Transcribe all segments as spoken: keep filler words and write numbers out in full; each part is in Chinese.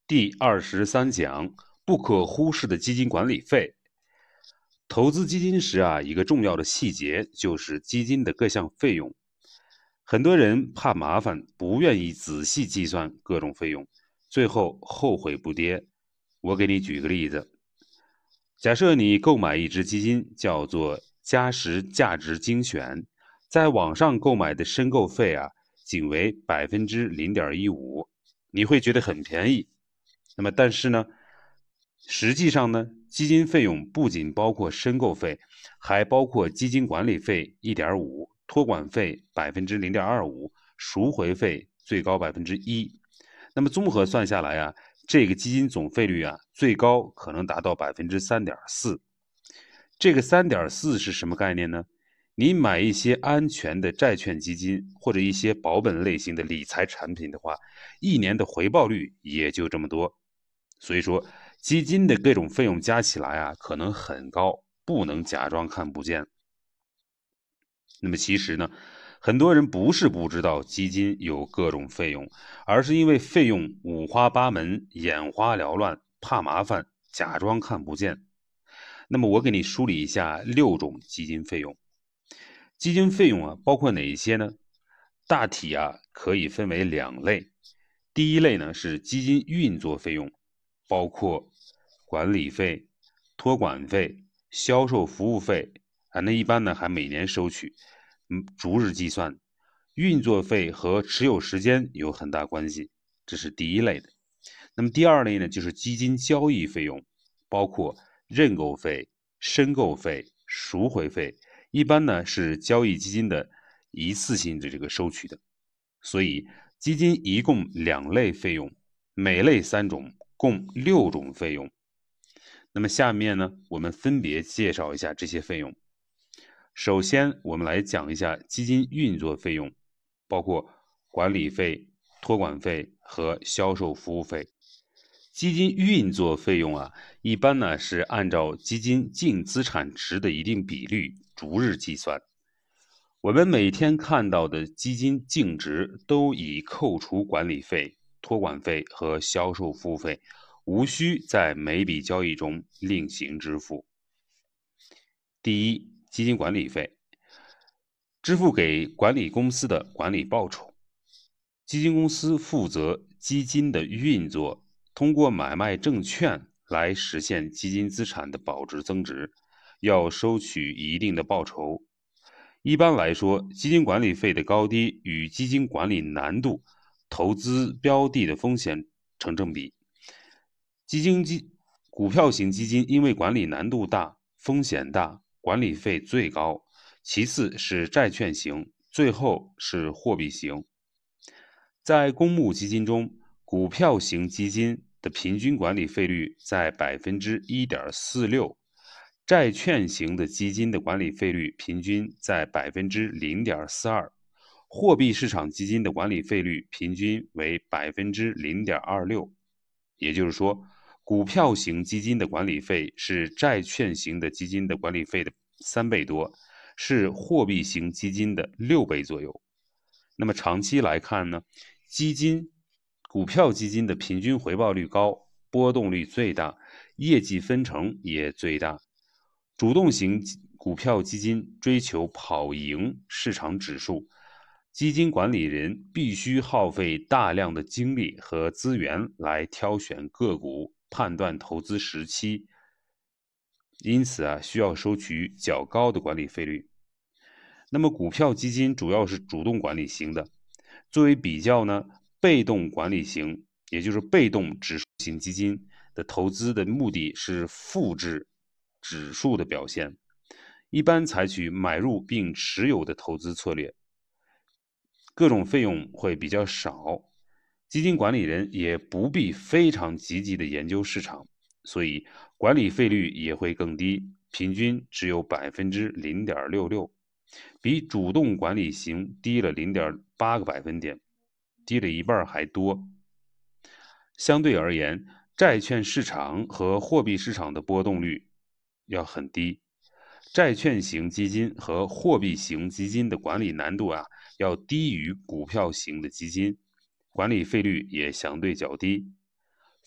第二十三讲，不可忽视的基金管理费。投资基金时啊，一个重要的细节就是基金的各项费用。很多人怕麻烦，不愿意仔细计算各种费用，最后后悔不迭。我给你举个例子，假设你购买一只基金，叫做嘉实价值精选，在网上购买的申购费啊，仅为百分之零点一五，你会觉得很便宜。那么，但是呢，实际上呢，基金费用不仅包括申购费，还包括基金管理费一点五，托管费百分之零点二五，赎回费最高百分之一。那么综合算下来啊，这个基金总费率啊，最高可能达到百分之三点四。这个三点四是什么概念呢？你买一些安全的债券基金或者一些保本类型的理财产品的话，一年的回报率也就这么多。所以说，基金的各种费用加起来啊，可能很高，不能假装看不见。那么其实呢，很多人不是不知道基金有各种费用，而是因为费用五花八门、眼花缭乱，怕麻烦，假装看不见。那么我给你梳理一下六种基金费用。基金费用啊，包括哪一些呢？大体啊可以分为两类。第一类呢是基金运作费用，包括管理费、托管费、销售服务费啊，那一般呢还每年收取，嗯，逐日计算。运作费和持有时间有很大关系，这是第一类的。那么第二类呢，就是基金交易费用，包括认购费、申购费、赎回费，一般呢是交易基金的一次性的这个收取的。所以基金一共两类费用，每类三种，共六种费用。那么下面呢，我们分别介绍一下这些费用。首先，我们来讲一下基金运作费用，包括管理费、托管费和销售服务费。基金运作费用啊，一般呢是按照基金净资产值的一定比率逐日计算。我们每天看到的基金净值都已扣除管理费、托管费和销售服务费，无需在每笔交易中另行支付。第一，基金管理费，支付给管理公司的管理报酬。基金公司负责基金的运作，通过买卖证券来实现基金资产的保值增值，要收取一定的报酬。一般来说，基金管理费的高低与基金管理难度、投资标的的风险成正比。基金基股票型基金因为管理难度大、风险大，管理费最高，其次是债券型，最后是货币型。在公募基金中，股票型基金的平均管理费率在百分之一点四六。债券型的基金的管理费率平均在百分之零点四二，货币市场基金的管理费率平均为百分之零点二六。也就是说，股票型基金的管理费是债券型的基金的管理费的三倍多，是货币型基金的六倍左右。那么长期来看呢，基金、股票基金的平均回报率高，波动率最大，业绩分成也最大。主动型股票基金追求跑赢市场指数，基金管理人必须耗费大量的精力和资源来挑选个股，判断投资时期，因此啊，需要收取较高的管理费率。那么股票基金主要是主动管理型的，作为比较呢，被动管理型，也就是被动指数型基金的投资的目的是复制指数的表现，一般采取买入并持有的投资策略，各种费用会比较少，基金管理人也不必非常积极的研究市场，所以管理费率也会更低，平均只有百分之零点六六，比主动管理型低了零点八个百分点，低了一半还多。相对而言，债券市场和货币市场的波动率要很低，债券型基金和货币型基金的管理难度啊，要低于股票型的基金，管理费率也相对较低。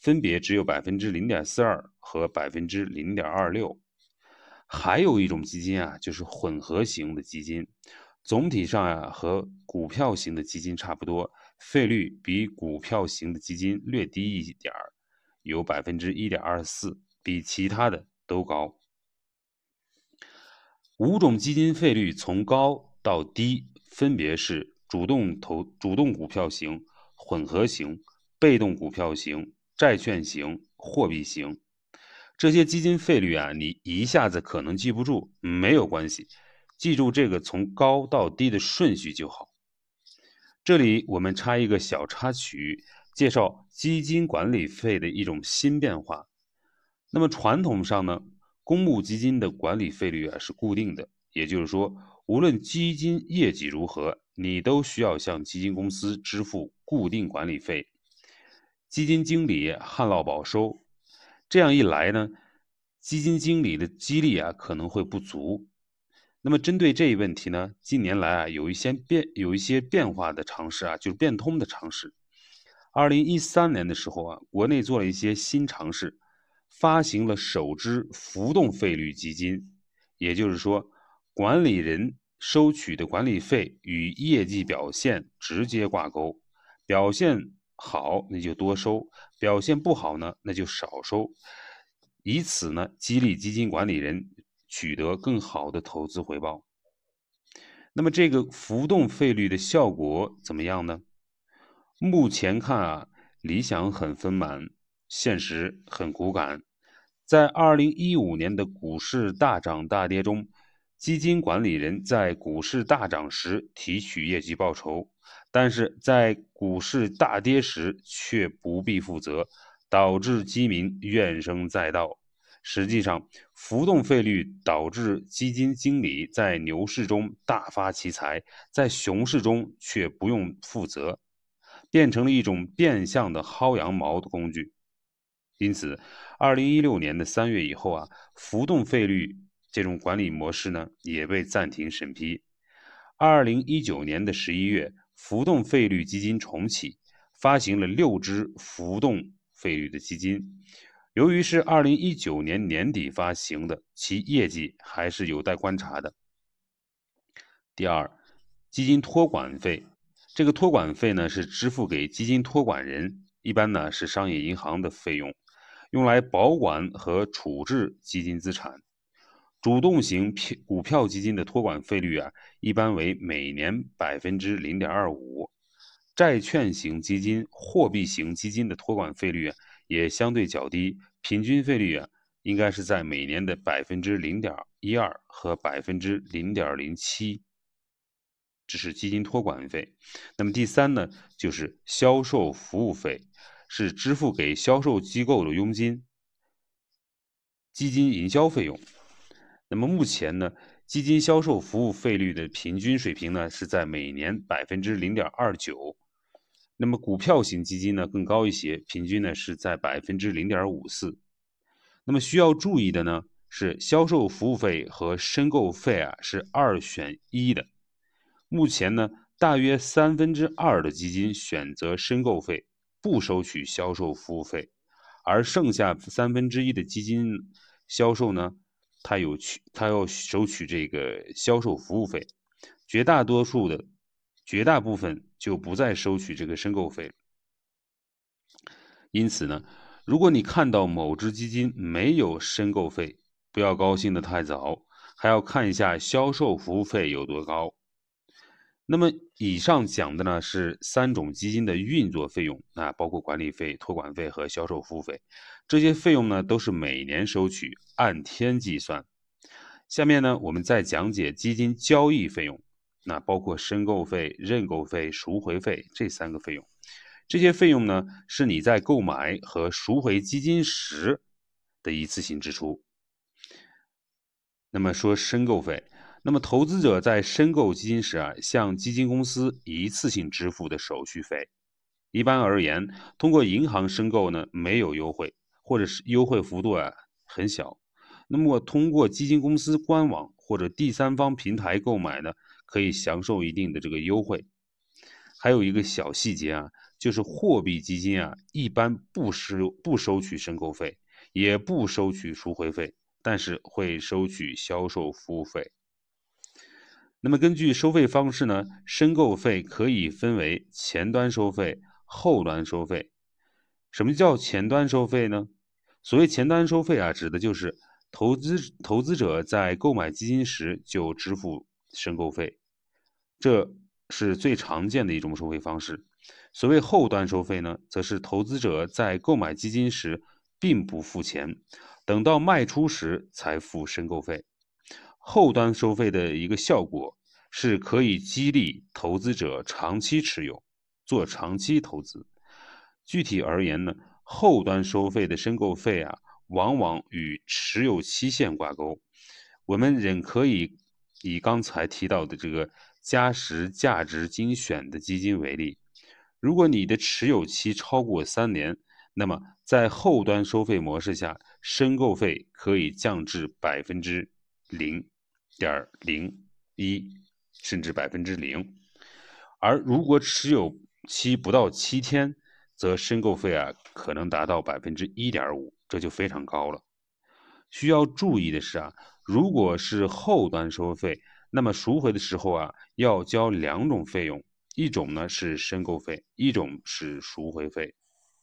分别只有 百分之零点四二 和 百分之零点二六。还有一种基金啊，就是混合型的基金，总体上啊和股票型的基金差不多，费率比股票型的基金略低一点儿，有 百分之一点二四，比其他的都高。五种基金费率从高到低，分别是主动投主动股票型、混合型、被动股票型、债券型、货币型。这些基金费率啊，你一下子可能记不住，没有关系，记住这个从高到低的顺序就好。这里我们插一个小插曲，介绍基金管理费的一种新变化。那么传统上呢，公募基金的管理费率啊是固定的，也就是说，无论基金业绩如何，你都需要向基金公司支付固定管理费，基金经理旱涝保收。这样一来呢，基金经理的激励啊可能会不足。那么针对这一问题呢，近年来啊有一些变有一些变化的尝试啊，就是变通的尝试。二零一三年的时候啊，国内做了一些新尝试，发行了首支浮动费率基金，也就是说，管理人收取的管理费与业绩表现直接挂钩，表现好那就多收，表现不好呢那就少收，以此呢激励基金管理人取得更好的投资回报。那么这个浮动费率的效果怎么样呢？目前看啊，理想很丰满，现实很骨感。在二零一五年的股市大涨大跌中，基金管理人在股市大涨时提取业绩报酬，但是在股市大跌时却不必负责，导致基民怨声载道。实际上，浮动费率导致基金经理在牛市中大发其财，在熊市中却不用负责，变成了一种变相的薅羊毛的工具。因此，二零一六年的三月以后啊，浮动费率这种管理模式呢也被暂停审批。二零一九年的十一月，浮动费率基金重启，发行了六支浮动费率的基金。由于是二零一九年年底发行的，其业绩还是有待观察的。第二，基金托管费。这个托管费呢是支付给基金托管人，一般呢是商业银行的费用，用来保管和处置基金资产。主动型股票基金的托管费率啊，一般为每年 百分之零点二五。债券型基金、货币型基金的托管费率啊也相对较低，平均费率啊应该是在每年的 百分之零点一二 和 百分之零点零七。这是基金托管费。那么第三呢，就是销售服务费，是支付给销售机构的佣金、基金营销费用。那么目前呢，基金销售服务费率的平均水平呢是在每年 百分之零点二九。那么股票型基金呢更高一些，平均呢是在 百分之零点五四。那么需要注意的呢是销售服务费和申购费啊是二选一的。目前呢，大约三分之二的基金选择申购费，不收取销售服务费，而剩下三分之一的基金销售呢，它有取，它要收取这个销售服务费，绝大多数的，绝大部分就不再收取这个申购费。因此呢，如果你看到某只基金没有申购费，不要高兴得太早，还要看一下销售服务费有多高。那么以上讲的呢是三种基金的运作费用，啊，包括管理费、托管费和销售服务费。这些费用呢都是每年收取，按天计算。下面呢我们再讲解基金交易费用，那包括申购费、认购费、赎回费这三个费用。这些费用呢是你在购买和赎回基金时的一次性支出。那么说申购费，那么投资者在申购基金时啊，向基金公司一次性支付的手续费。一般而言，通过银行申购呢没有优惠，或者是优惠幅度啊很小。那么通过基金公司官网或者第三方平台购买呢，可以享受一定的这个优惠。还有一个小细节啊， 就是货币基金啊，一般不收不收取申购费，也不收取赎回费，但是会收取销售服务费。那么根据收费方式呢，申购费可以分为前端收费、后端收费。什么叫前端收费呢？所谓前端收费啊，指的就是投资投资者在购买基金时就支付申购费，这是最常见的一种收费方式。所谓后端收费呢，则是投资者在购买基金时并不付钱，等到卖出时才付申购费。后端收费的一个效果是可以激励投资者长期持有，做长期投资。具体而言呢，后端收费的申购费啊，往往与持有期限挂钩。我们仍可以以刚才提到的这个嘉实价值精选的基金为例，如果你的持有期超过三年，那么在后端收费模式下，申购费可以降至百分之零点零一，甚至百分之零。而如果持有期不到七天，则申购费啊可能达到百分之一点五，这就非常高了。需要注意的是啊，如果是后端收费，那么赎回的时候啊要交两种费用，一种呢是申购费，一种是赎回费。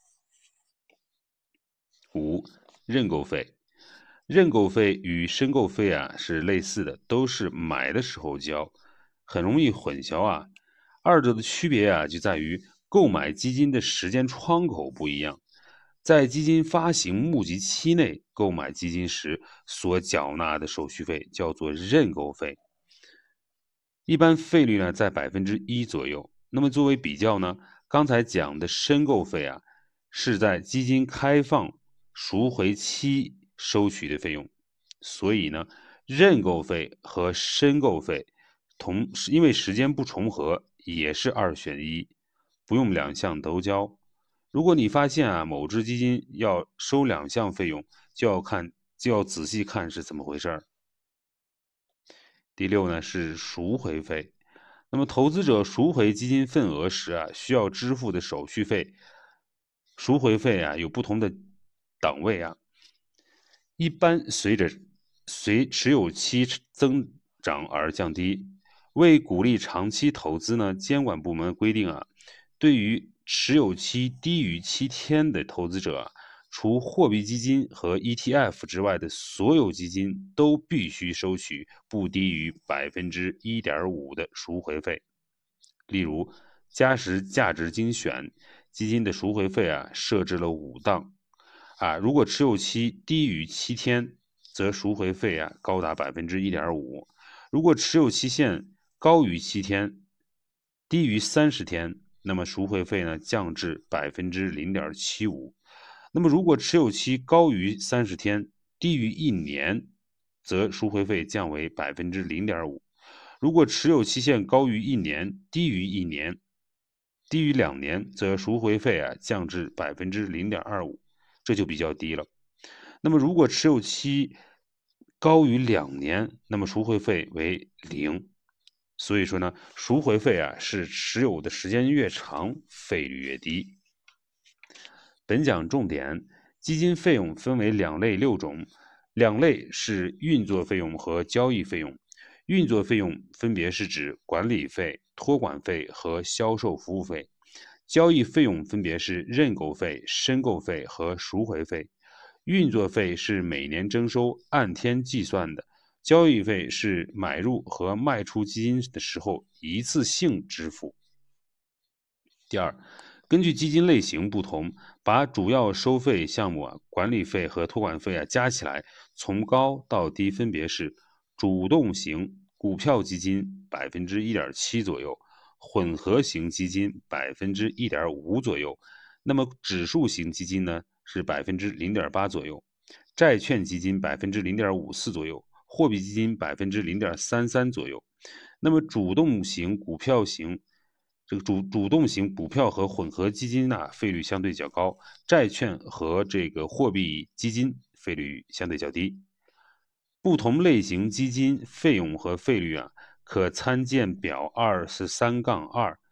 五、认购费。认购费与申购费啊是类似的，都是买的时候交，很容易混淆啊。二者的区别啊就在于购买基金的时间窗口不一样。在基金发行募集期内购买基金时所缴纳的手续费叫做认购费，一般费率呢在百分之一左右。那么作为比较呢，刚才讲的申购费啊是在基金开放赎回期收取的费用，所以呢，认购费和申购费同因为时间不重合，也是二选一，不用两项都交。如果你发现啊某只基金要收两项费用，就要看就要仔细看是怎么回事儿。第六呢是赎回费。那么投资者赎回基金份额时啊，需要支付的手续费、赎回费啊有不同的档位啊，一般随着随持有期增长而降低。为鼓励长期投资呢，监管部门规定啊，对于持有期低于七天的投资者啊，除货币基金和 E T F 之外的所有基金都必须收取不低于百分之一点五的赎回费。例如，嘉实价值精选基金的赎回费啊，设置了五档啊，如果持有期低于七天，则赎回费啊高达百分之一点五；如果持有期限高于七天，低于三十天，那么赎回费呢降至百分之零点七五。那么如果持有期高于三十天，低于一年，则赎回费降为百分之零点五。如果持有期限高于一年，低于一年，低于两年，则赎回费啊降至百分之零点二五，这就比较低了。那么如果持有期高于两年，那么赎回费为零。所以说呢，赎回费啊是持有的时间越长，费率越低。本讲重点，基金费用分为两类六种，两类是运作费用和交易费用。运作费用分别是指管理费、托管费和销售服务费。交易费用分别是认购费、申购费和赎回费。运作费是每年征收，按天计算的。交易费是买入和卖出基金的时候一次性支付。第二，根据基金类型不同，把主要收费项目啊、管理费和托管费啊加起来，从高到低分别是主动型股票基金百分之一点七左右，混合型基金百分之一点五左右，那么指数型基金呢是百分之零点八左右，债券基金百分之零点五四左右。货币基金百分之零点三三左右，那么主动型股票型，这个主主动型股票和混合基金呢，费率相对较高，债券和这个货币基金费率相对较低。不同类型基金费用和费率啊，可参见表二十三杠二。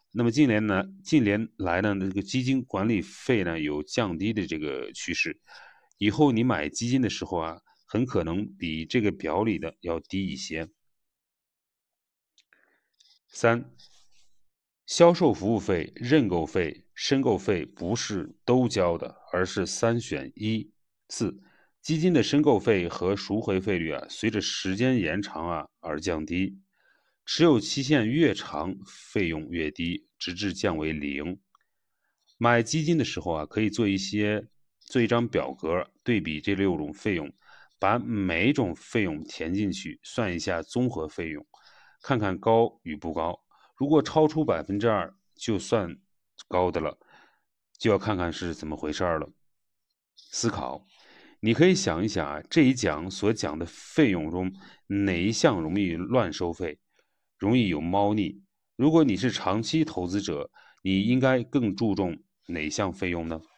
那么近年呢，近年来呢，这个基金管理费呢有降低的这个趋势。以后你买基金的时候啊，很可能比这个表里的要低一些。三、销售服务费、认购费、申购费不是都交的，而是三选一。四、基金的申购费和赎回费率啊，随着时间延长啊而降低，持有期限越长，费用越低，直至降为零。买基金的时候啊，可以做一些做一张表格，对比这六种费用，把每一种费用填进去，算一下综合费用，看看高与不高。如果超出百分之二，就算高的了，就要看看是怎么回事了。思考，你可以想一想啊，这一讲所讲的费用中，哪一项容易乱收费，容易有猫腻？如果你是长期投资者，你应该更注重哪项费用呢？